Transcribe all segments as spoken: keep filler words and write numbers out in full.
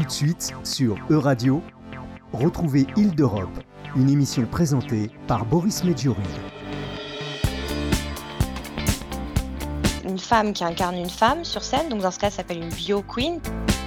de suite sur Euradio, retrouvez Île d'Europe, une émission présentée par Boris Medjouri. Une femme qui incarne une femme sur scène, donc dans ce cas ça s'appelle une bio queen.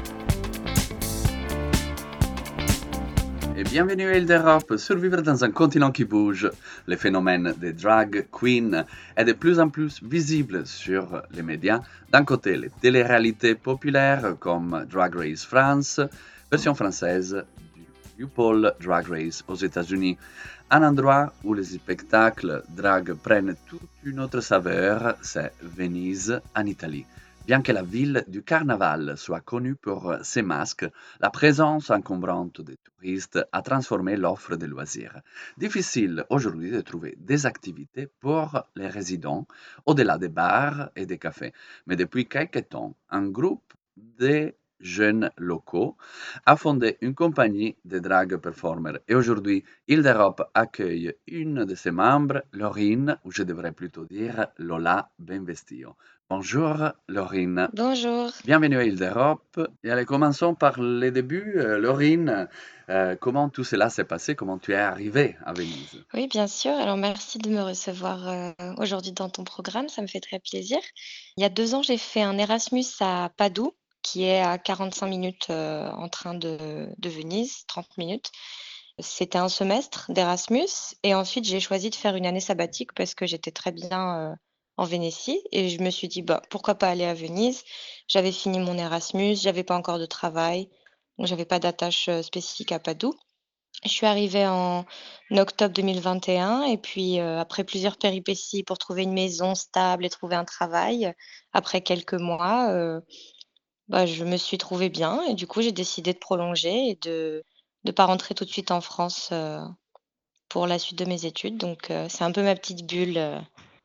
Et bienvenue à Île d'Europe, survivre dans un continent qui bouge. Le phénomène des drag queens est de plus en plus visible sur les médias. D'un côté, les téléréalités populaires comme Drag Race France, version française du RuPaul Drag Race aux États-Unis. Un endroit où les spectacles drag prennent toute une autre saveur, c'est Venise en Italie. Bien que la ville du carnaval soit connue pour ses masques, la présence encombrante des touristes a transformé l'offre de loisirs. Difficile aujourd'hui de trouver des activités pour les résidents au-delà des bars et des cafés. Mais depuis quelques temps, un groupe de jeunes locaux a fondé une compagnie de drag performers. Et aujourd'hui, Île d'Europe accueille une de ses membres, Laurine, ou je devrais plutôt dire Lola Benvestio. Bonjour Laurine. Bonjour. Bienvenue à Île d'Europe. Et allez, commençons par les débuts. Euh, Laurine, euh, comment tout cela s'est passé? Comment tu es arrivée à Venise? Oui, bien sûr. Alors merci de me recevoir euh, aujourd'hui dans ton programme, ça me fait très plaisir. Il y a deux ans, j'ai fait un Erasmus à Padoue, qui est à quarante-cinq minutes euh, en train de, de Venise, trente minutes. C'était un semestre d'Erasmus et ensuite j'ai choisi de faire une année sabbatique parce que j'étais très bien euh, en Vénétie et je me suis dit bah pourquoi pas aller à Venise. J'avais fini mon Erasmus, j'avais pas encore de travail, donc j'avais pas d'attache euh, spécifique à Padoue. Je suis arrivée en octobre deux mille vingt et un et puis euh, après plusieurs péripéties pour trouver une maison stable et trouver un travail, après quelques mois, euh, bah, je me suis trouvée bien et du coup j'ai décidé de prolonger et de ne pas rentrer tout de suite en France euh, pour la suite de mes études. Donc euh, c'est un peu ma petite bulle, euh,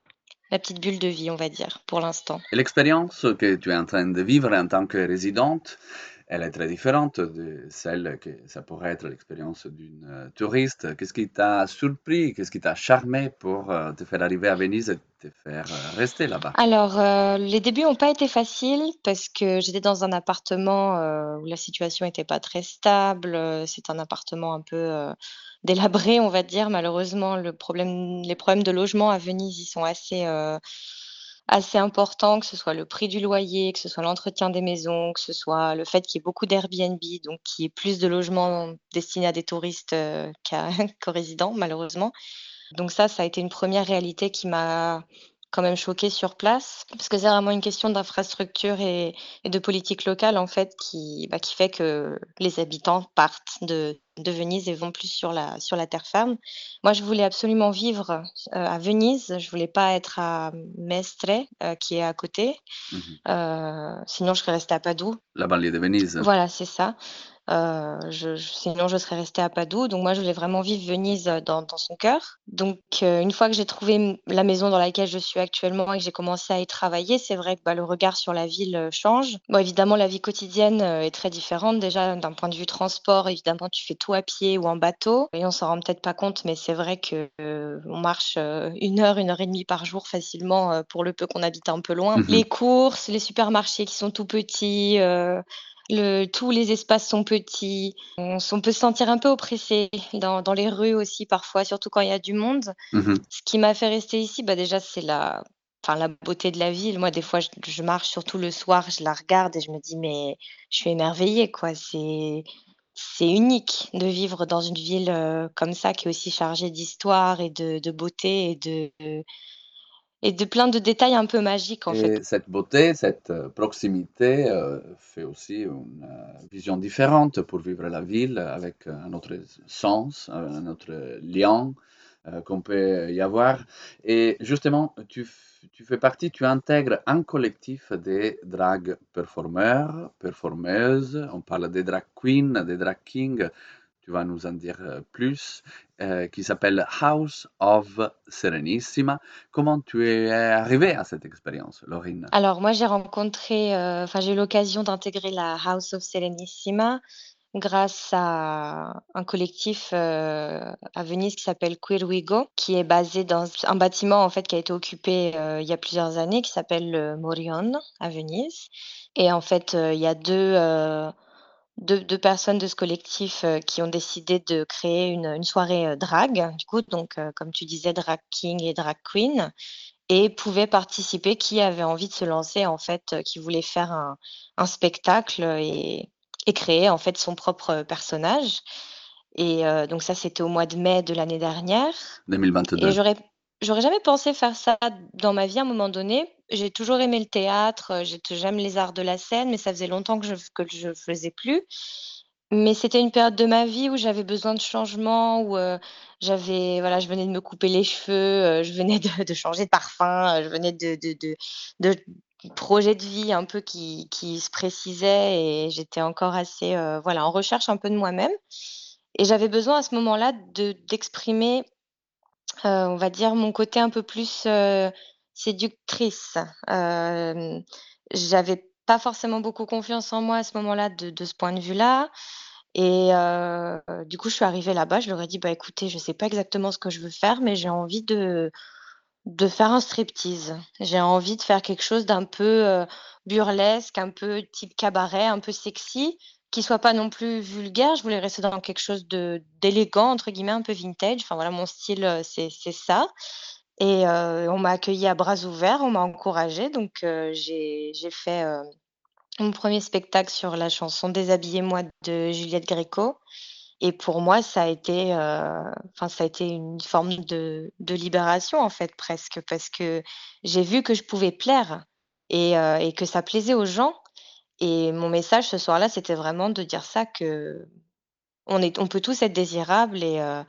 ma petite bulle de vie, on va dire, pour l'instant. Et l'expérience que tu es en train de vivre en tant que résidente, elle est très différente de celle que ça pourrait être l'expérience d'une euh, touriste. Qu'est-ce qui t'a surpris? Qu'est-ce qui t'a charmé pour euh, te faire arriver à Venise et te faire euh, rester là-bas? Alors, euh, les débuts n'ont pas été faciles parce que j'étais dans un appartement euh, où la situation n'était pas très stable. euh, C'est un appartement un peu euh, délabré, on va dire. Malheureusement, le problème, les problèmes de logement à Venise, ils sont assez, euh, assez importants, que ce soit le prix du loyer, que ce soit l'entretien des maisons, que ce soit le fait qu'il y ait beaucoup d'Airbnb, donc qu'il y ait plus de logements destinés à des touristes euh, qu'à- qu'aux résidents, malheureusement. Donc ça, ça a été une première réalité qui m'a quand même choquée sur place, parce que c'est vraiment une question d'infrastructure et et de politique locale, en fait, qui, bah, qui fait que les habitants partent de de Venise et vont plus sur la sur la terre ferme. Moi, je voulais absolument vivre, heu, à Venise, je voulais pas être à Mestre, heu, qui est à côté, Mhm. heu, sinon je serais restée à Padoue. La banlieue de Venise. Voilà, c'est ça. Heu, je je sinon je serais restée à Padoue, donc moi je voulais vraiment vivre Venise, heu, dans dans son cœur. Donc heu, une fois que j'ai trouvé m la maison dans laquelle je suis actuellement et que j'ai commencé à y travailler, c'est vrai que, bah, le regard sur la ville, heu, change. Bon évidemment la vie quotidienne, heu, est très différente. Déjà d'un point de vue transport, évidemment tu fais tout à pied ou en bateau et on s'en rend peut-être pas compte, mais c'est vrai que, heu, on marche, heu, une heure, une heure et demie par jour facilement, heu, pour le peu qu'on habite un peu loin. Mhm. Les courses, les supermarchés qui sont tout petits, heu le tous les espaces sont petits. On s on peut se sentir un peu oppressé dans dans les rues aussi parfois, surtout quand il y a du monde. Mhm. Ce qui m'a fait rester ici, bah, déjà, c'est la enfin, la beauté de la ville. Moi, des fois, je je marche, surtout le soir, je la regarde et je me dis: «Mais je suis émerveillée, quoi». C'est c'est unique de vivre dans une ville, heu, comme ça, qui est aussi chargée d'histoire et de de beauté et de et de plein de détails un peu magiques, en fait. Et cette beauté, cette euh, proximité euh, fait aussi une euh, vision différente pour vivre la ville avec un autre sens, un autre lien euh, qu'on peut y avoir. Et justement, tu, f- tu fais partie, tu intègres un collectif des drag performeurs, performeuses. On parle des drag queens, des drag kings. Tu vas nous en dire euh, plus, euh, qui s'appelle House of Serenissima. Comment tu es arrivée à cette expérience, Laurine? Alors moi, j'ai rencontré, heu, enfin, j'ai eu l'occasion d'intégrer la House of Serenissima grâce à un collectif, heu, à Venise qui s'appelle Queer We Go, qui est basé dans un bâtiment, en fait, qui a été occupé, heu, il y a plusieurs années, qui s'appelle le Morion à Venise et en fait, heu, il y a deux heu deux deux personnes de ce collectif, heu, qui ont décidé de créer une, une soirée, heu, drag, du coup, donc heu, comme tu disais, drag king et drag queen et pouvaient participer qui avait envie de se lancer, en fait, heu, qui voulait faire un un spectacle, et et créer, en fait, son propre personnage et heu, donc ça, c'était au mois de mai de l'année dernière et deux mille vingt-deux. j'aurais j'aurais jamais pensé faire ça dans ma vie à un moment donné. J'ai toujours aimé le théâtre, heu, j'ai j'aime les arts de la scène, mais ça faisait longtemps que je f que je faisais plus. Mais c'était une période de ma vie où j'avais besoin de changement, où, heu, j'avais voilà, je venais de me couper les cheveux, heu, je venais de de changer de parfum, heu, je venais de de de de projets de vie un peu qui qui se précisaient et j'étais encore assez, heu, voilà, en recherche un peu de moi-même et j'avais besoin à ce moment-là de d'exprimer, heu, on va dire mon côté un peu plus, heu, séductrice. Hem, j'avais pas forcément beaucoup confiance en moi à ce moment-là de de ce point de vue-là et heu, du coup, je suis arrivée là-bas, je leur ai dit: «Bah, écoutez, je sais pas exactement ce que je veux faire, mais j'ai envie de de faire un striptease. J'ai envie de faire quelque chose d'un peu, heu, burlesque, un peu type cabaret, un peu sexy, qui soit pas non plus vulgaire». Je voulais rester dans quelque chose de «d'élégant» entre guillemets, un peu vintage. Enfin voilà, mon style, heu, c'est c'est ça et heu, on m'a accueillie à bras ouverts, on m'a encouragée donc heu, j'ai j'ai fait, heu, mon premier spectacle sur la chanson «Déshabillez-moi» de Juliette Gréco et pour moi, ça a été, heu, enfin, ça a été une forme de de libération, en fait, presque, parce que j'ai vu que je pouvais plaire et heu et que ça plaisait aux gens et mon message ce soir-là, c'était vraiment de dire ça, qu'on est on peut tous être désirables et heu,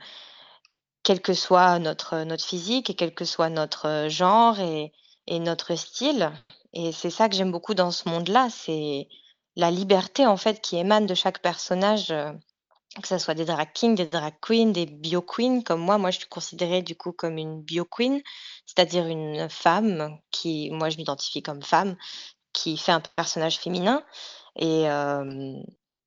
quel que soit notre, notre physique et quel que soit notre, heu, genre et et notre style et c'est ça que j'aime beaucoup dans ce monde-là, c'est la liberté, en fait, qui émane de chaque personnage, heu que ça soit des drag kings, des drag queens, des bio queens comme moi. Moi, je suis considérée du coup comme une bio queen, c'est-à-dire une femme qui moi, je m'identifie comme femme, qui fait un personnage féminin et hem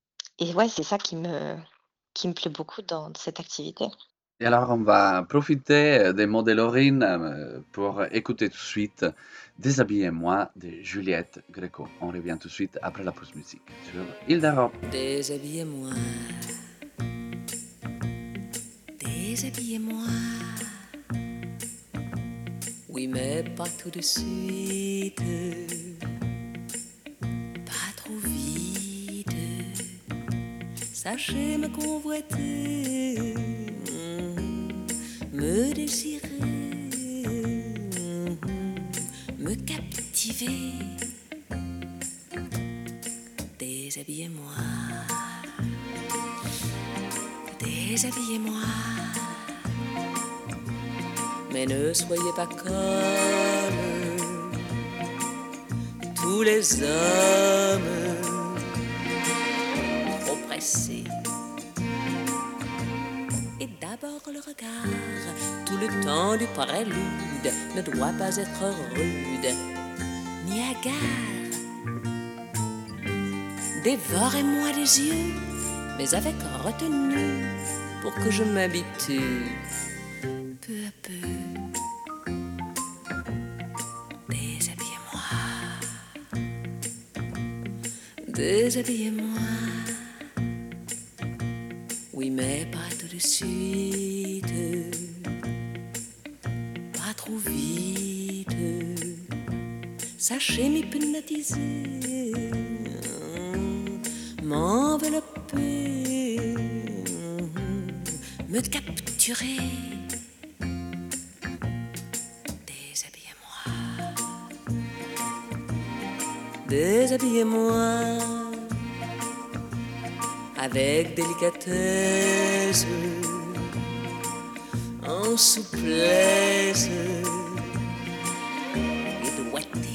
et ouais, c'est ça qui me qui me plaît beaucoup dans cette activité. Et alors, on va profiter des mots de Laurine euh, pour écouter tout de suite Déshabillez-moi de Juliette Gréco. On revient tout de suite après la pause musique sur Île d'Europe. Déshabillez-moi, déshabillez-moi. Oui, mais pas tout de suite, pas trop vite. Sachez me convoiter, me désirer, me captiver. Déshabillez-moi, déshabillez-moi. Mais ne soyez pas comme tous les hommes, trop pressés. Et d'abord le regard, tout le temps du prélude, ne doit pas être rude ni hagard. Dévorez-moi les yeux, mais avec retenue, pour que je m'habitue peu à peu. Déshabillez-moi, déshabillez-moi. Oui, mais pas tout de suite, pas trop vite. Sachez m'hypnotiser, m'envelopper, me capturer. Déshabillez-moi, déshabillez-moi avec délicatesse, en souplesse et doigté.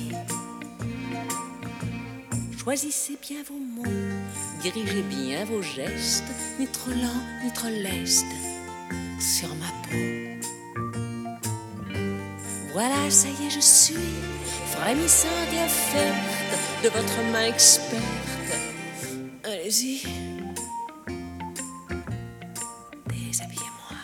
Choisissez bien vos mots, dirigez bien vos gestes, ni trop lent, ni trop leste, sur ma peau. Voilà, ça y est, je suis frémissante et offerte de votre main experte. Allez-y, déshabillez-moi.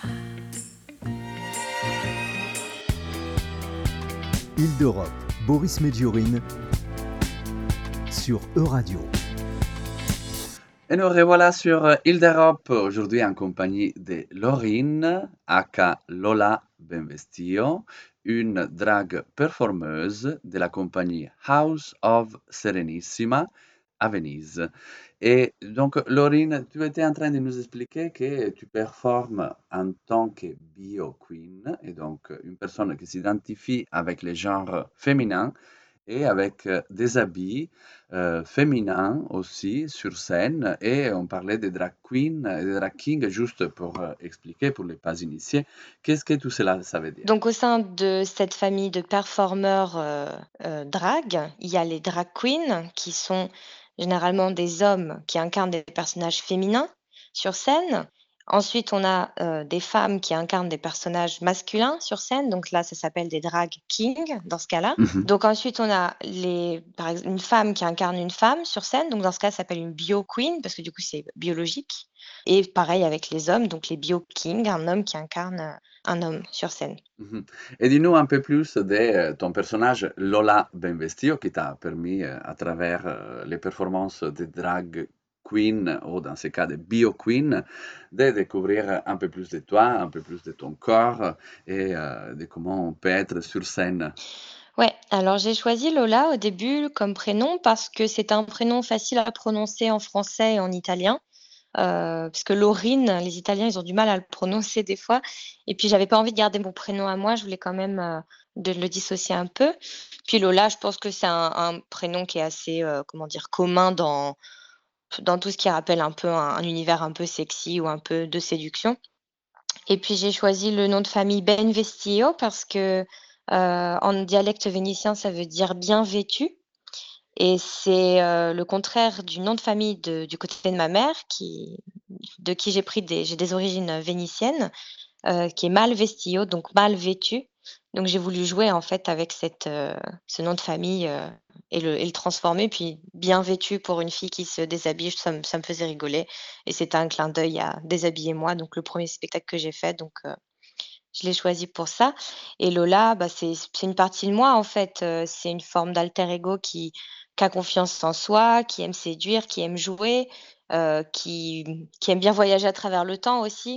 Île d'Europe, Boris Medjourine sur Euradio. Et nous revoilà sur Île d'Europe, aujourd'hui en compagnie de Laurine, aka Lola Benvestio, une drag performeuse de la compagnie House of Serenissima à Venise. Et donc, Laurine, tu étais en train de nous expliquer que tu performes en tant que bio queen, et donc une personne qui s'identifie avec les genres féminins et avec euh, des habits euh, féminins aussi sur scène. Et on parlait des drag queens et des drag kings, juste pour euh, expliquer pour les pas initiés, qu'est-ce que tout cela, ça veut dire. Donc, au sein de cette famille de performeurs euh, euh, drag, il y a les drag queens qui sont généralement des hommes qui incarnent des personnages féminins sur scène. Ensuite, on a euh, des femmes qui incarnent des personnages masculins sur scène. Donc là, ça s'appelle des drag kings dans ce cas-là. Mhm. Donc ensuite, on a les, par exemple, une femme qui incarne une femme sur scène. Donc dans ce cas, ça s'appelle une bio queen parce que du coup, c'est biologique. Et pareil avec les hommes, donc les bio kings, un homme qui incarne euh, un homme sur scène. Mhm. Et dis-nous un peu plus de euh, ton personnage Lola Benvestio qui t'a permis, euh, à travers euh, les performances de drag queen ou dans ce cas de bio queen, de découvrir un peu plus de toi, un peu plus de ton corps et euh, de comment on peut être sur scène. Ouais, alors j'ai choisi Lola au début comme prénom parce que c'est un prénom facile à prononcer en français et en italien. Euh, parce que Laurine, les Italiens, ils ont du mal à le prononcer des fois. Et puis, j'avais pas envie de garder mon prénom à moi. Je voulais quand même euh, de le dissocier un peu. Puis Lola, je pense que c'est un, un prénom qui est assez, euh, comment dire, commun dans, dans tout ce qui rappelle un peu un, un univers un peu sexy ou un peu de séduction. Et puis, j'ai choisi le nom de famille Benvestio parce que euh, en dialecte vénitien, ça veut dire bien vêtu. Et c'est euh, le contraire du nom de famille de- du côté de ma mère, qui, de qui j'ai pris des, j'ai des origines vénitiennes, euh, qui est mal vestio, donc mal vêtu. Donc j'ai voulu jouer en fait avec cette, euh, ce nom de famille euh, et, le, et le transformer. Puis bien vêtu pour une fille qui se déshabille, ça me, ça me faisait rigoler. Et c'était un clin d'œil à Déshabiller moi, donc le premier spectacle que j'ai fait. Donc euh, je l'ai choisi pour ça. Et Lola, bah, c'est c'est une partie de moi en fait. Euh, c'est une forme d'alter ego qui, qui a confiance en soi, qui aime séduire, qui aime jouer, euh, qui, qui aime bien voyager à travers le temps aussi.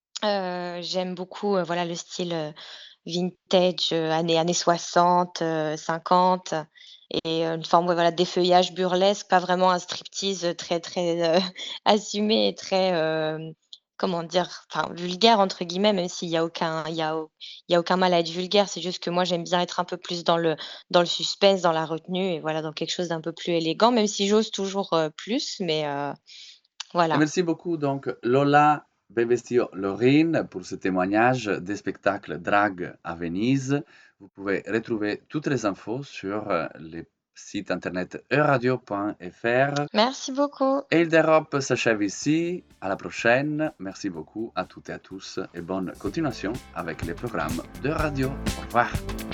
Heu, j'aime beaucoup, heu, voilà, le style, heu, vintage, heu, années années soixante, heu, cinquante et heu, une forme, ouais, voilà, d'effeuillage burlesque, pas vraiment un striptease, heu, très, très, heu, assumé et très, hem, comment dire? Enfin, «vulgaire» entre guillemets, même s'il y a aucun il y a au il y a aucun mal à être vulgaire. C'est juste que moi, j'aime bien être un peu plus dans le dans le suspense, dans la retenue et voilà, dans quelque chose d'un peu plus élégant, même si j'ose toujours, heu, plus, mais heu, Et voilà. merci beaucoup donc Lola Benvestio Laurine pour ce témoignage des spectacles drag à Venise. Vous pouvez retrouver toutes les infos sur euh, le site internet euradio point f r. Merci beaucoup. Et Île d'Europe s'achève ici. À la prochaine. Merci beaucoup à toutes et à tous et bonne continuation avec les programmes de radio. Au revoir.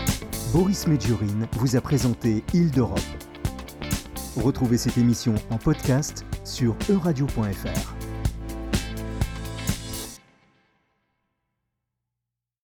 Boris Medjourine vous a présenté Île d'Europe. Retrouvez cette émission en podcast sur euradio point f r.